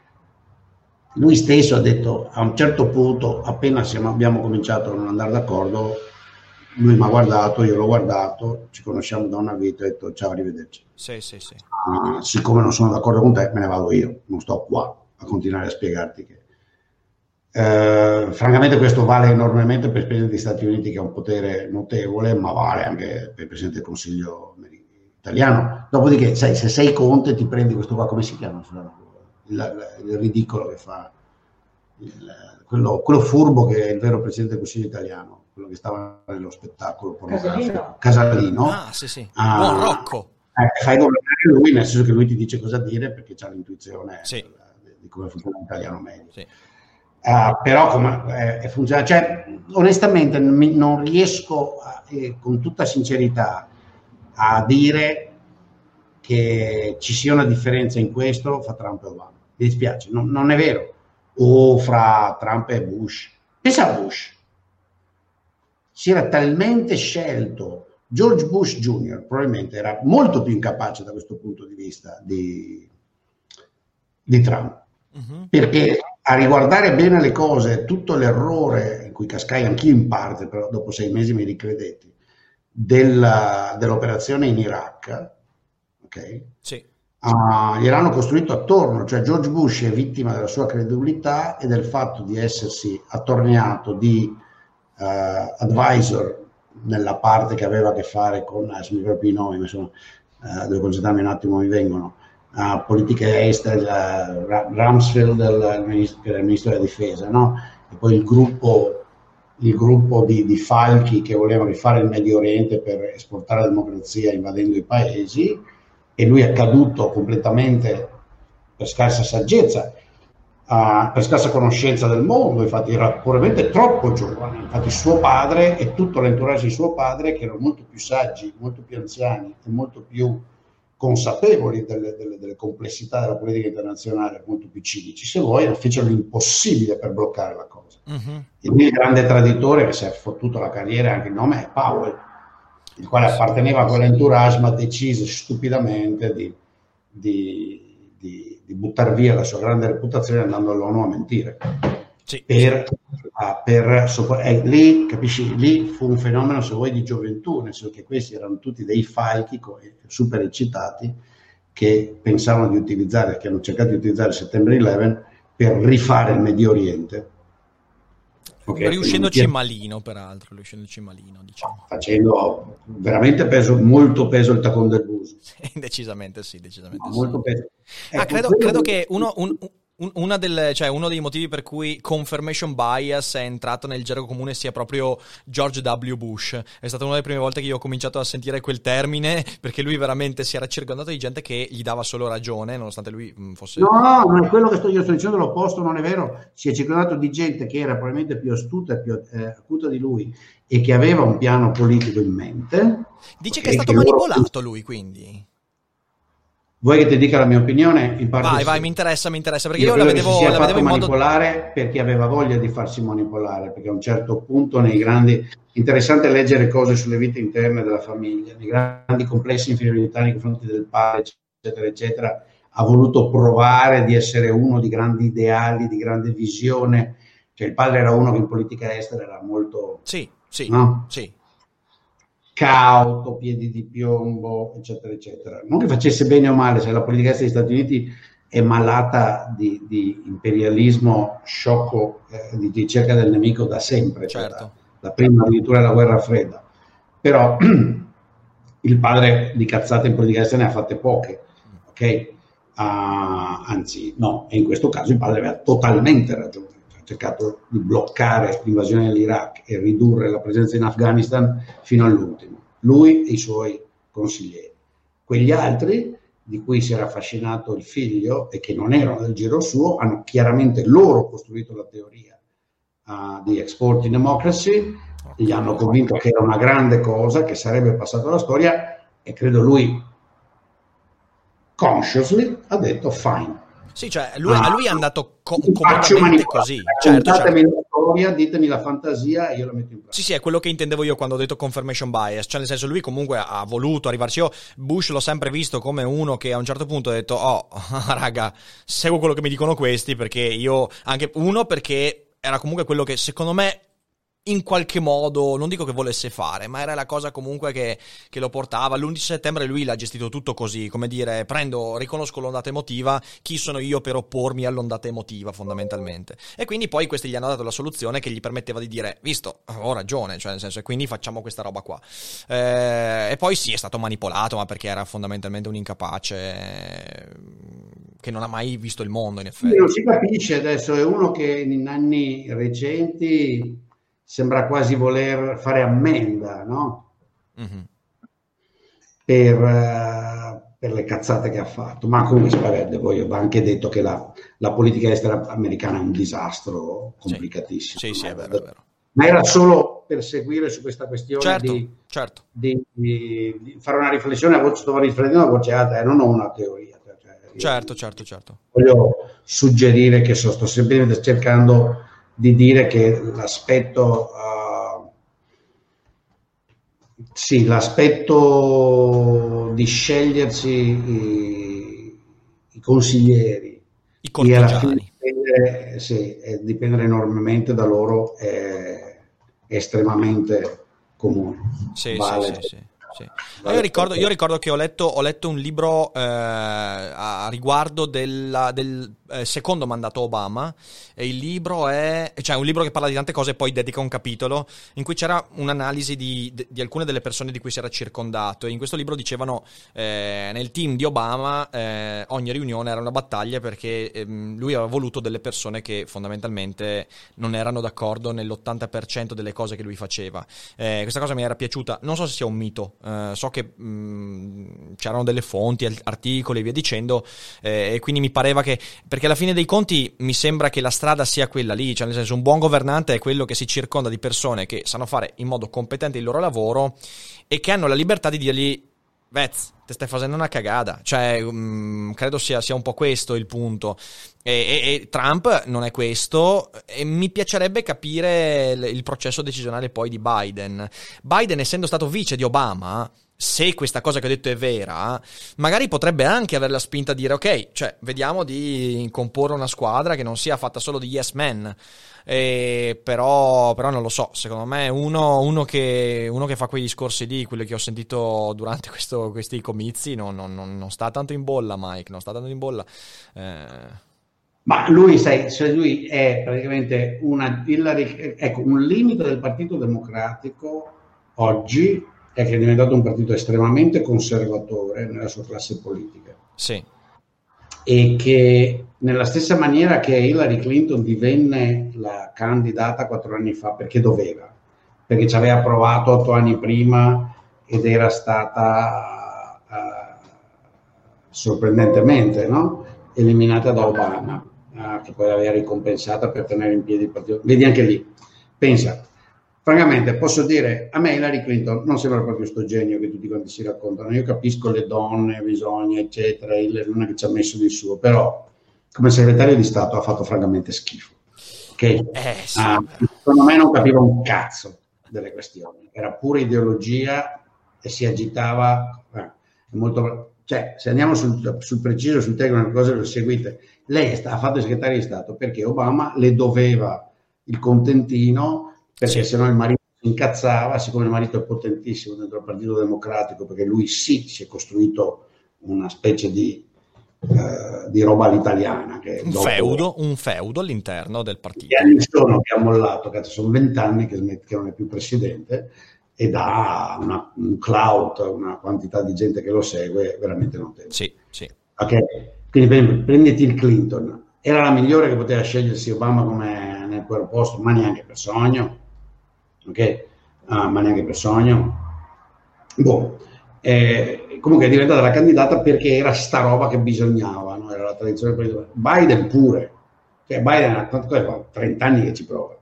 Lui stesso ha detto, a un certo punto, appena siamo, abbiamo cominciato a non andare d'accordo, lui mi ha guardato, io l'ho guardato, ci conosciamo da una vita e ho detto ciao, arrivederci. Sì, sì, sì. Uh, siccome non sono d'accordo con te, me ne vado io, non sto qua a continuare a spiegarti che... Uh, francamente questo vale enormemente per il Presidente degli Stati Uniti, che ha un potere notevole, ma vale anche per il Presidente del Consiglio italiano. Dopodiché, sai, se sei Conte ti prendi questo qua, come si chiama? Il, il, il ridicolo che fa, il, quello, quello furbo che è il vero Presidente del Consiglio italiano, quello che stava nello spettacolo pornografico, Casalino. Ah, sì, sì. Ah, Buon Rocco. Eh, fai governare lui, nel senso che lui ti dice cosa dire perché c'ha l'intuizione, sì, di, di come funziona l'italiano meglio. Sì. Uh, però come eh, funziona, cioè onestamente mi, non riesco a, eh, con tutta sincerità a dire che ci sia una differenza in questo fra Trump e Obama. Mi dispiace, non, non è vero. O fra Trump e Bush. Pensa a Bush. Si era talmente scelto. George Bush Junior probabilmente era molto più incapace da questo punto di vista di, di Trump. Uh-huh. Perché a riguardare bene le cose, tutto l'errore in cui cascai anch'io in parte, però dopo sei mesi mi ricredetti, della, dell'operazione in Iraq, ok? Sì. Uh, gliel'hanno costruito attorno, cioè George Bush è vittima della sua credulità e del fatto di essersi attorniato di uh, advisor nella parte che aveva a che fare con, adesso mi ricordo i nomi, ma sono, uh, devo concentrarmi un attimo, mi vengono, uh, politiche estere, uh, Rumsfeld, il ministro, che era il ministro della difesa, no? E poi il gruppo il gruppo di, di falchi che volevano rifare il Medio Oriente per esportare la democrazia invadendo i paesi, e lui è caduto completamente per scarsa saggezza, uh, per scarsa conoscenza del mondo. Infatti era probabilmente troppo giovane, infatti suo padre e tutto l'entourage di suo padre, che erano molto più saggi, molto più anziani e molto più consapevoli delle, delle, delle complessità della politica internazionale, molto più cinici, se vuoi, fecero l'impossibile per bloccare la cosa. Uh-huh. Il mio grande traditore, che si è fottuto la carriera, anche il nome è Powell. il quale apparteneva a quell'entourage, ma decise stupidamente di, di, di, di buttare via la sua grande reputazione andando all'ONU a mentire. Sì. Per, uh, per eh, lì, capisci, lì fu un fenomeno, se vuoi, di gioventù, nel senso che questi erano tutti dei falchi super eccitati che pensavano di utilizzare, che hanno cercato di utilizzare il settembre undici per rifare il Medio Oriente. Okay, riuscendoci malino, peraltro, riuscendoci malino, diciamo. Facendo veramente peso, molto peso il tacon del buso. Decisamente sì, decisamente no, sì. Molto peso. Ah, ecco, credo, credo che uno, un, un, una delle, cioè uno dei motivi per cui confirmation bias è entrato nel gergo comune sia proprio George W. Bush. È stata una delle prime volte che io ho cominciato a sentire quel termine, perché lui veramente si era circondato di gente che gli dava solo ragione, nonostante lui fosse... No, non è quello che sto, io sto dicendo l'opposto, non è vero. Si è circondato di gente che era probabilmente più astuta e più eh, acuta di lui e che aveva un piano politico in mente. Dice che è stato manipolato lui, quindi... Vuoi che ti dica la mia opinione? In parte vai, sì. vai, mi interessa, mi interessa, perché io, io la vedevo, si sia la vedevo in modo... manipolare perché aveva voglia di farsi manipolare, perché a un certo punto nei grandi... Interessante leggere cose sulle vite interne della famiglia, nei grandi complessi inferiorità nei confronti del padre, eccetera, eccetera, ha voluto provare di essere uno di grandi ideali, di grande visione. Cioè il padre era uno che in politica estera era molto... Sì, sì, no? sì. Cauto, piedi di piombo, eccetera, eccetera. Non che facesse bene o male, se la politica estera degli Stati Uniti è malata di, di imperialismo sciocco, eh, di ricerca del nemico da sempre, certo. Cioè, da, da prima addirittura della guerra fredda. Però il padre di cazzate in politica estera ne ha fatte poche, ok? Uh, anzi, no, e in questo caso il padre aveva totalmente ragione. Ha cercato di bloccare l'invasione dell'Iraq e ridurre la presenza in Afghanistan fino all'ultimo, lui e i suoi consiglieri. Quegli altri, di cui si era affascinato il figlio e che non erano del giro suo, hanno chiaramente loro costruito la teoria uh, di exporting democracy, gli hanno convinto che era una grande cosa, che sarebbe passato alla storia, e credo lui consciously ha detto fine. Sì, cioè lui, ah, a lui è andato co- completamente così. Certo, Datemi certo. la storia, ditemi la fantasia e io la metto in pratica. Sì, sì, è quello che intendevo io quando ho detto confirmation bias. Cioè, nel senso, lui comunque ha voluto arrivarci. Io Bush l'ho sempre visto come uno che a un certo punto ha detto: oh, raga, seguo quello che mi dicono questi, perché io... Anche uno, perché era comunque quello che, secondo me, in qualche modo, non dico che volesse fare, ma era la cosa comunque che, che lo portava. L'undici settembre lui l'ha gestito tutto così, come dire, prendo, riconosco l'ondata emotiva, chi sono io per oppormi all'ondata emotiva fondamentalmente. E quindi poi questi gli hanno dato la soluzione che gli permetteva di dire, visto, ho ragione, cioè nel senso, e quindi facciamo questa roba qua. Eh, e poi sì, è stato manipolato, ma perché era fondamentalmente un incapace che non ha mai visto il mondo, in effetti. Non si capisce adesso, è uno che in anni recenti sembra quasi voler fare ammenda, no? Mm-hmm. Per, uh, per le cazzate che ha fatto. Ma comunque si perde, poi ho anche detto che la, la politica estera americana è un disastro complicatissimo. Sì, sì, sì, è vero, è vero. Ma era solo per seguire su questa questione, certo, di, certo. Di, di, di fare una riflessione a voce, sto riflettendo a voce alta, e non ho una teoria. Cioè, certo, io, certo, certo. Voglio suggerire che so, sto semplicemente cercando di dire che l'aspetto uh, sì, l'aspetto di scegliersi i, i consiglieri, i cortigiani, dipendere, sì, dipendere enormemente da loro è, è estremamente comune. Sì, vale. sì, sì, sì. Sì. Io, ricordo, io ricordo che ho letto, ho letto un libro eh, a riguardo della, del eh, secondo mandato Obama, e il libro è, cioè un libro che parla di tante cose e poi dedica un capitolo in cui c'era un'analisi di, di, di alcune delle persone di cui si era circondato, e in questo libro dicevano eh, nel team di Obama eh, ogni riunione era una battaglia, perché ehm, lui aveva voluto delle persone che fondamentalmente non erano d'accordo nell'ottanta per cento delle cose che lui faceva. Eh, questa cosa mi era piaciuta, non so se sia un mito. Uh, so che mh, c'erano delle fonti, articoli e via dicendo, eh, e quindi mi pareva che, perché alla fine dei conti mi sembra che la strada sia quella lì, cioè nel senso, un buon governante è quello che si circonda di persone che sanno fare in modo competente il loro lavoro e che hanno la libertà di dirgli Vez, Te stai facendo una cagata, cioè mh, credo sia, sia un po' questo il punto. E, e, e Trump non è questo, e mi piacerebbe capire il, il processo decisionale poi di Biden. Biden, essendo stato vice di Obama, se questa cosa che ho detto è vera, magari potrebbe anche avere la spinta a dire ok, cioè vediamo di comporre una squadra che non sia fatta solo di yes men. Eh, però, però non lo so, secondo me uno, uno, che, uno che fa quei discorsi lì, quelli che ho sentito durante questo, questi comizi, non, non, non, non sta tanto in bolla, Mike, non sta tanto in bolla. Eh... Ma lui, sai, cioè lui è praticamente una Hillary, ecco, un limite del Partito Democratico oggi è che è diventato un partito estremamente conservatore nella sua classe politica. Sì. E che nella stessa maniera che Hillary Clinton divenne la candidata quattro anni fa perché doveva, perché ci aveva provato otto anni prima ed era stata uh, sorprendentemente, no? eliminata da Obama, uh, che poi l'aveva ricompensata per tenere in piedi il partito. Vedi anche lì, pensa, francamente posso dire, a me Hillary Clinton non sembra proprio sto genio che tutti quanti si raccontano. Io capisco le donne, bisogna, eccetera, Hillary non è che ci ha messo di suo, però come segretario di Stato ha fatto francamente schifo. Okay? Eh, sì. uh, secondo me non capiva un cazzo delle questioni, era pura ideologia e si agitava eh, molto. Cioè, se andiamo sul, sul preciso, sul tecnico, cose le seguite, lei sta, ha fatto il segretario di Stato perché Obama le doveva il contentino, perché sì. sennò il marito si incazzava, siccome il marito è potentissimo dentro il Partito Democratico, perché lui sì si è costruito una specie di, uh, di roba all'italiana. Che un, dopo, feudo, un feudo all'interno del partito. Gli anni sono che ha mollato, cazzo, sono vent'anni che, che non è più presidente, ed ha una, un clout, una quantità di gente che lo segue veramente notevole. Sì, sì. Okay? Quindi prenditi il Clinton, era la migliore che poteva scegliersi Obama come nel quel posto, ma neanche per sogno, ok? Ah, ma neanche per sogno. Boh. Eh, comunque è diventata la candidata perché era sta roba che bisognava, no? Era la tradizione politica. Biden pure, cioè Biden ha trenta anni che ci prova,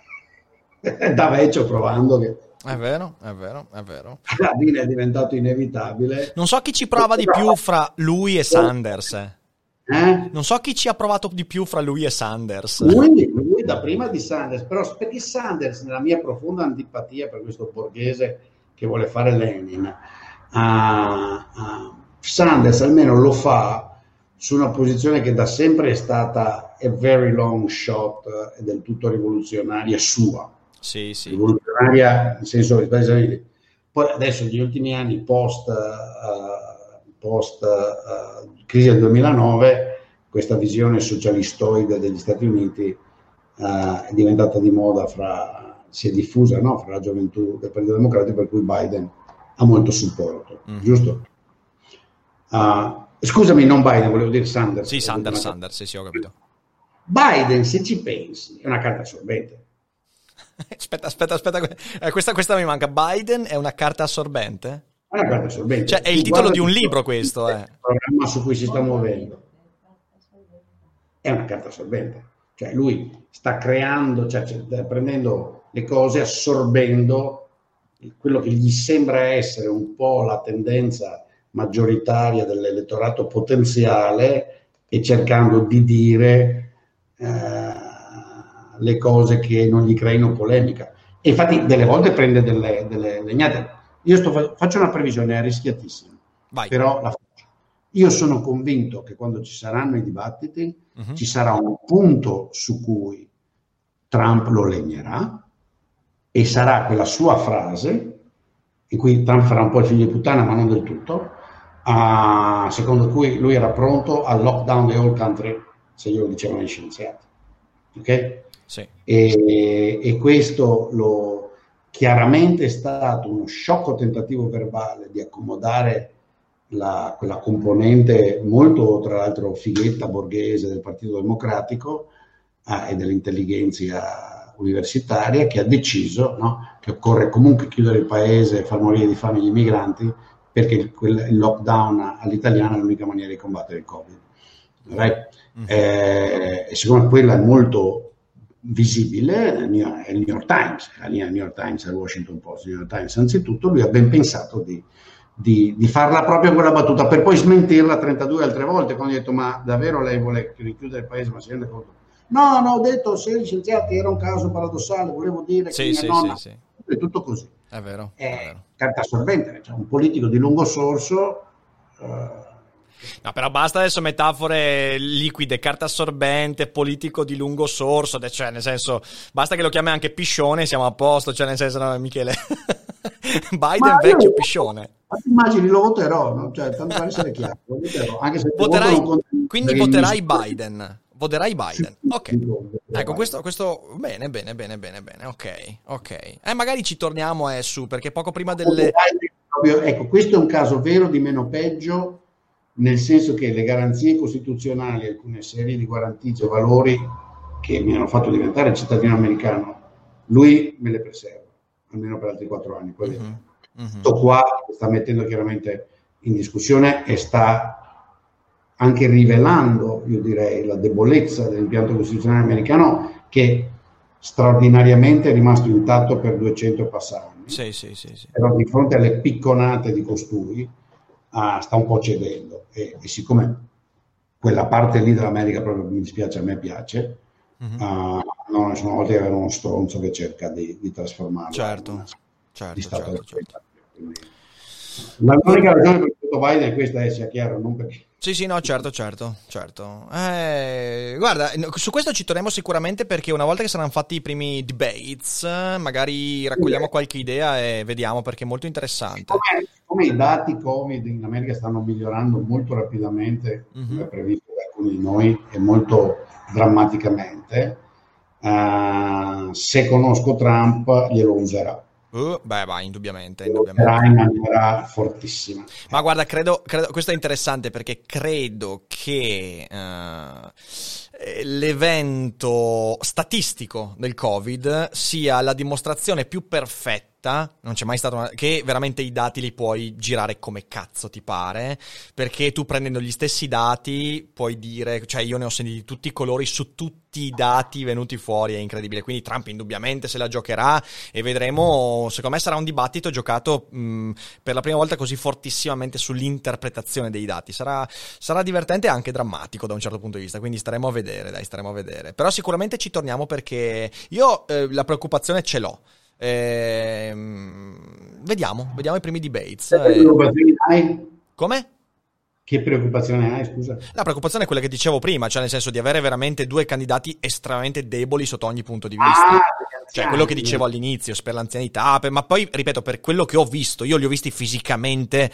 da vecchio provando che È vero, è vero, è vero. alla fine è diventato inevitabile. Non so chi ci prova di più fra lui e Sanders. Eh? Non so chi ci ha provato di più fra lui e Sanders. Lui, lui da prima di Sanders, però perché Sanders, nella mia profonda antipatia per questo borghese che vuole fare Lenin, uh, uh, Sanders almeno lo fa su una posizione che da sempre è stata a very long shot e del tutto rivoluzionaria sua. Sì, sì. Rivoluzionaria nel senso che poi adesso negli ultimi anni post, uh, post uh, crisi del duemilanove questa visione socialistoide degli Stati Uniti uh, è diventata di moda, fra, si è diffusa, no? Fra la gioventù del Partito Democratico, per cui Biden ha molto supporto, mm-hmm. giusto? Uh, scusami, non Biden, volevo dire Sanders. Sì, Sanders, Sanders, sì, sì, ho capito. Biden, se ci pensi, è una carta assorbente. Aspetta, aspetta, aspetta, eh, questa, questa mi manca. Biden è una carta assorbente? È una carta assorbente. Cioè, è il titolo di un libro questo, eh. Il programma su cui si sta muovendo. È una carta assorbente. Cioè, lui sta creando, cioè, cioè prendendo le cose, assorbendo quello che gli sembra essere un po' la tendenza maggioritaria dell'elettorato potenziale e cercando di dire eh, le cose che non gli creino polemica. E infatti delle volte prende delle, delle legnate. Io sto, faccio una previsione, è rischiatissima, Vai. però la faccio. Io sono convinto che quando ci saranno i dibattiti uh-huh. ci sarà un punto su cui Trump lo legnerà e sarà quella sua frase in cui Trump farà un po' il figlio di puttana, ma non del tutto, uh, secondo cui lui era pronto al lockdown the whole country, se glielo dicevano gli scienziati. Ok? Sì. E, e questo lo, chiaramente è stato uno sciocco tentativo verbale di accomodare la, quella componente molto, tra l'altro, fighetta borghese del Partito Democratico eh, e dell'intelligenza universitaria, che ha deciso, no, che occorre comunque chiudere il paese e far morire di fame gli immigranti, perché il, quel, il lockdown all'italiana è l'unica maniera di combattere il Covid. Right? Mm-hmm. Eh, e siccome quella è molto visibile, è il New York Times, la linea New York Times e il Washington Post, il New York Times anzitutto, lui ha ben pensato di, di, di farla proprio quella battuta, per poi smentirla trentadue altre volte, quando ho detto ma davvero lei vuole richiudere il paese, ma si rende conto? No, no, ho detto sei licenziati, era un caso paradossale, volevo dire sì, che sì, mia nonna... sì, sì. È tutto così. È vero. È, è vero. Carta assorbente, cioè un politico di lungo sorso... Uh, No, però basta adesso metafore liquide, carta assorbente, politico di lungo sorso, cioè nel senso, basta che lo chiami anche piscione, siamo a posto, cioè nel senso, no, Michele, Biden vecchio io, piscione. Ma ti immagini, lo voterò, no? Cioè, tanto per essere chiaro, lo voterò, anche se voterai, voto quindi voterai Biden, voterai Biden, ok, ecco questo, questo, bene, bene, bene, bene, bene, ok, ok, eh magari ci torniamo eh, su, perché poco prima delle... Ecco, questo è un caso vero di meno peggio, nel senso che le garanzie costituzionali, alcune serie di guarentigie e valori che mi hanno fatto diventare cittadino americano, lui me le preserva, almeno per altri quattro anni. Poi uh-huh, uh-huh. Questo qua sta mettendo chiaramente in discussione e sta anche rivelando, io direi, la debolezza dell'impianto costituzionale americano, che straordinariamente è rimasto intatto per duecento passaggi. Sì, sì, sì, sì. Però di fronte alle picconate di costui, Ah, sta un po' cedendo e, e siccome quella parte lì dell'America proprio mi dispiace, a me piace, uh-huh. uh, non sono volte che avere uno stronzo che cerca di, di trasformarlo certo, in certo, di stato certo, certo. L'unica ragione per cui Biden è questa, è sia chiaro, non perché sì, sì, no, certo, certo, certo. Eh, guarda, su questo ci torniamo sicuramente, perché una volta che saranno fatti i primi debates, magari raccogliamo qualche idea e vediamo, perché è molto interessante. Come, come i dati Covid in America stanno migliorando molto rapidamente, uh-huh. come previsto da alcuni di noi, e molto drammaticamente, uh, se conosco Trump glielo userà. Uh, beh, vai, indubbiamente, indubbiamente. Sarà in maniera fortissima. Ma guarda, credo, credo, questo è interessante, perché credo che uh, l'evento statistico del Covid sia la dimostrazione più perfetta, non c'è mai stato una, che veramente i dati li puoi girare come cazzo ti pare, perché tu prendendo gli stessi dati puoi dire, cioè io ne ho sentiti tutti i colori su tutti i dati venuti fuori, è incredibile. Quindi Trump indubbiamente se la giocherà e vedremo, secondo me sarà un dibattito giocato mh, per la prima volta così fortissimamente sull'interpretazione dei dati. Sarà, sarà divertente e anche drammatico da un certo punto di vista, quindi staremo a vedere, dai, staremo a vedere. Però sicuramente ci torniamo, perché io eh, la preoccupazione ce l'ho. Eh, vediamo, vediamo i primi debates. Che preoccupazioni hai? Come? Che preoccupazione hai, scusa? La preoccupazione è quella che dicevo prima, cioè nel senso di avere veramente due candidati estremamente deboli sotto ogni punto di vista. Ah, cioè quello che dicevo all'inizio, per l'anzianità, per, ma poi ripeto, per quello che ho visto, io li ho visti fisicamente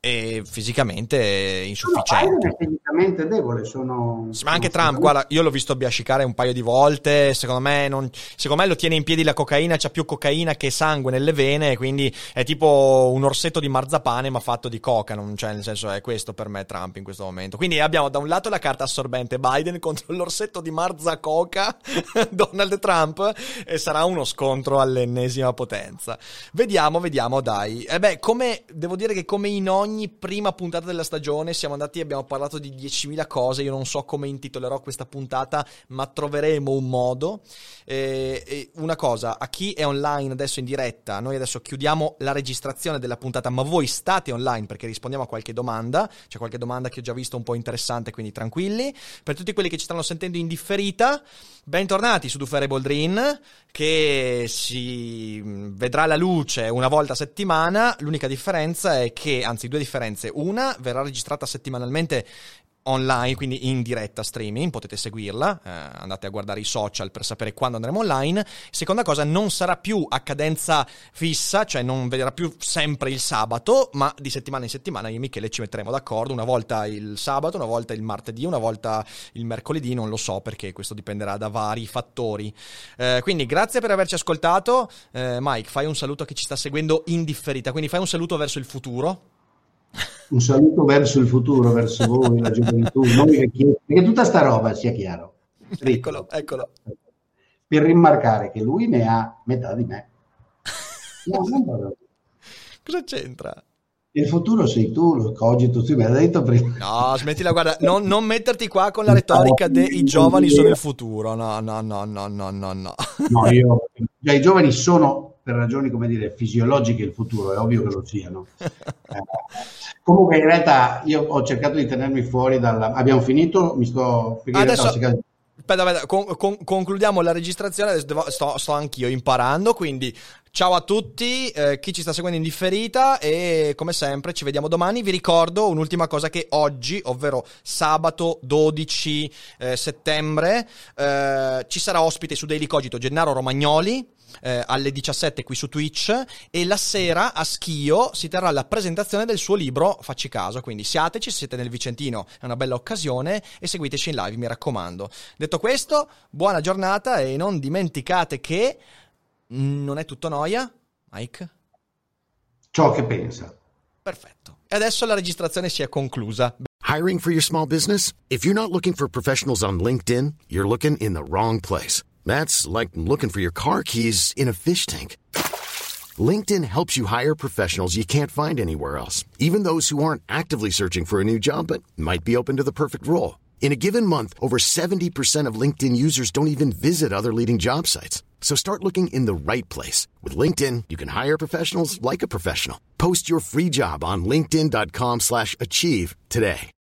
e fisicamente insufficienti. No, fisicamente debole, sono... Ma anche Trump, guarda, io l'ho visto biascicare un paio di volte, secondo me non, secondo me lo tiene in piedi la cocaina, c'ha più cocaina che sangue nelle vene, quindi è tipo un orsetto di marzapane ma fatto di coca, non, cioè nel senso è questo per me Trump in questo momento. Quindi abbiamo da un lato la carta assorbente Biden contro l'orsetto di marzacoca Donald Trump, e sarà uno scontro all'ennesima potenza. Vediamo, vediamo, dai. E beh, come devo dire che come in ogni prima puntata della stagione siamo andati e abbiamo parlato di diecimila cose. Io non so come intitolerò questa puntata, ma troveremo un modo. E, e una cosa, a chi è online adesso in diretta, noi adesso chiudiamo la registrazione della puntata, ma voi state online perché rispondiamo a qualche domanda. C'è qualche domanda che ho già visto un po' interessante, quindi tranquilli. Per tutti quelli che ci stanno sentendo in differita, bentornati su Duferable Dream, che si vedrà la luce una volta a settimana. L'unica differenza è che, anzi due differenze, una verrà registrata settimanalmente online, quindi in diretta streaming, potete seguirla, eh, andate a guardare i social per sapere quando andremo online. Seconda cosa, non sarà più a cadenza fissa, cioè non vedrà più sempre il sabato, ma di settimana in settimana io e Michele ci metteremo d'accordo, una volta il sabato, una volta il martedì, una volta il mercoledì, non lo so perché questo dipenderà da vari fattori. Eh, quindi grazie per averci ascoltato. eh, Mike, fai un saluto a chi ci sta seguendo in differita, quindi fai un saluto verso il futuro. Un saluto verso il futuro, verso voi, la gioventù, noi vecchietti, perché tutta sta roba, sia chiaro, eccolo, eccolo, per rimarcare che lui ne ha metà di me. No, non cosa c'entra? Il futuro sei tu, lo cogito, tu me l'hai detto prima. No, smettila, guarda, non, non metterti qua con la retorica dei giovani sono il futuro, no, no, no, no, no, no, no. No, io, cioè, i giovani sono per ragioni, come dire, fisiologiche il futuro, è ovvio che lo siano. Eh, comunque in realtà io ho cercato di tenermi fuori dalla... Abbiamo finito? Mi sto... Adesso... Aspetta, aspetta, con, con, concludiamo la registrazione, adesso devo, sto, sto anch'io imparando, quindi ciao a tutti, eh, chi ci sta seguendo in differita, e come sempre ci vediamo domani. Vi ricordo un'ultima cosa, che oggi, ovvero sabato dodici eh, settembre, eh, ci sarà ospite su Daily Cogito Gennaro Romagnoli, Eh, alle diciassette qui su Twitch, e la sera a Schio si terrà la presentazione del suo libro Facci caso, quindi siateci se siete nel Vicentino, è una bella occasione, e seguiteci in live, mi raccomando. Detto questo, buona giornata e non dimenticate che non è tutto noia, Mike? Ciò che pensa. Perfetto. E adesso la registrazione si è conclusa. Hiring for your small business? If you're not looking for professionals on LinkedIn, you're looking in the wrong place. That's like looking for your car keys in a fish tank. LinkedIn helps you hire professionals you can't find anywhere else, even those who aren't actively searching for a new job but might be open to the perfect role. In a given month, over seventy percent of LinkedIn users don't even visit other leading job sites. So start looking in the right place. With LinkedIn, you can hire professionals like a professional. Post your free job on linkedin dot com slash achieve today.